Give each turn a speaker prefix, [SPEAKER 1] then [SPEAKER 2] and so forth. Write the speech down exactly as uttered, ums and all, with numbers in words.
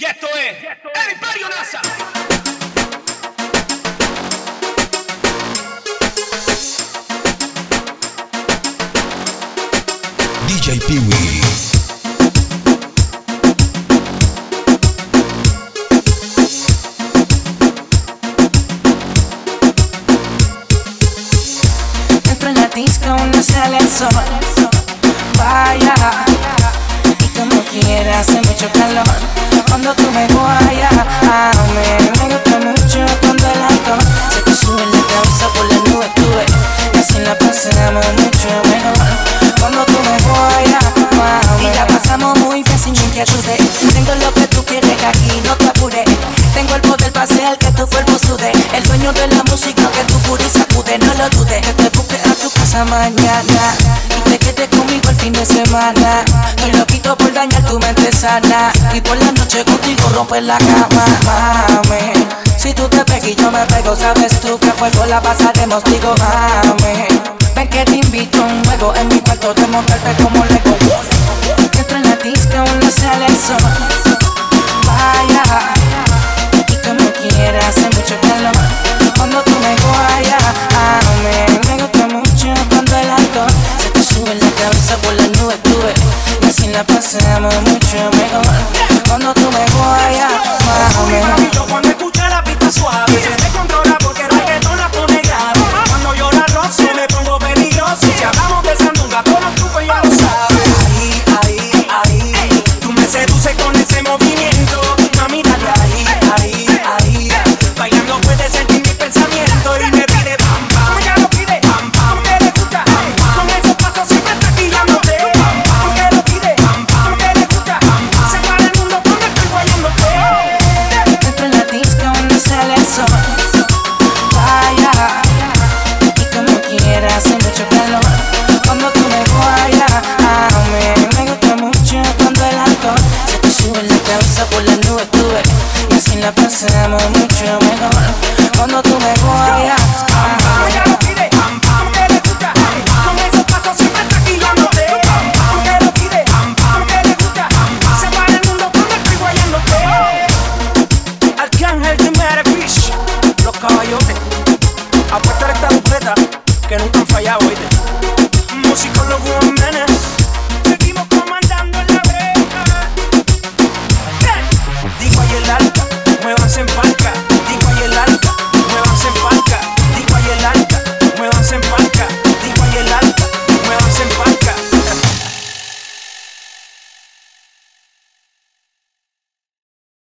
[SPEAKER 1] Y esto es el Imperio NASA.
[SPEAKER 2] D J Pee-wee.
[SPEAKER 3] Entro en la disco, no sale el sol. Vaya, y como quiera hace mucho calor. Cuando tú me guayas, a mí me gusta mucho cuando el alcohol se te sube en la cabeza por la nube, tuve. Y así la pasamos mucho mejor. Cuando tú me guayas, mami, y la pasamos muy bien sin inquietudes. Tengo lo que tú quieres aquí, no te apures. Tengo el poder para hacer que tu cuerpo sude. El dueño de la música que tu furia sacude. No lo dudes, que te busque a tu casa mañana y te quedes conmigo el fin de semana. Estoy loquito por dañar tu mente sana y por la noche contigo romper la cama, mami. Si tú te pegas y yo me pego, sabes tú que a fuego la pasaremos, digo, mami. Ven que te invito a un juego en mi cuarto de montarte como Lego. Entro en la disco, no sale el sol. Vaya, y como quieras, hace mucho calor. Cuando tú me guayas, a mí me gusta mucho cuando el alcohol se te sube en la cabeza por las nubes, tuve. Y así la pasamos mucho mejor. Cuando tú me guayas, mami.
[SPEAKER 1] Cuando escucha la pista suave, se descontrola porque el reggaetón la pone grave. Cuando yo la rozo me pongo peligroso. Si hablamos de sandunga, todos los trucos ya lo sabes. Ahí, ahí, ahí, tú me seduces con ese movimiento. Mami, dale ahí, ahí, ahí. Bailando puedes sentir mi pensamiento y me pide pam, pam. Ella lo pide pam, pam. Porque le gusta pam, pam. Con esos pasos siempre está guiándote pam, pam. Porque lo pide pam, pam. Porque le gusta pam, pam. Se para el mundo cuando estoy guayándote.
[SPEAKER 3] Dentro en la disco no sale el sol. Vaya, y como quieras, hace mucho calor. Cuando tú me guayas, a mí me gusta mucho cuando el alcohol se te sube en la cabeza por las nubes, tuve. Y así la pasamos mucho mejor. Cuando tú me guayas, a
[SPEAKER 1] Ella lo pide pam, pam. Porque le gusta pam, pam. Con esos pasos siempre está guiándote pam, pam. Porque lo pide pam, pam. Porque le gusta pam, pam. Se para el mundo cuando estoy guayándote. Arcángel de Maravish, los caballotes. Apuesta a esta dupleta que nunca han fallado, oíste. Músicos los guamenes, seguimos comandando en la brecha. Digo ahí el alta, muévanse en paz.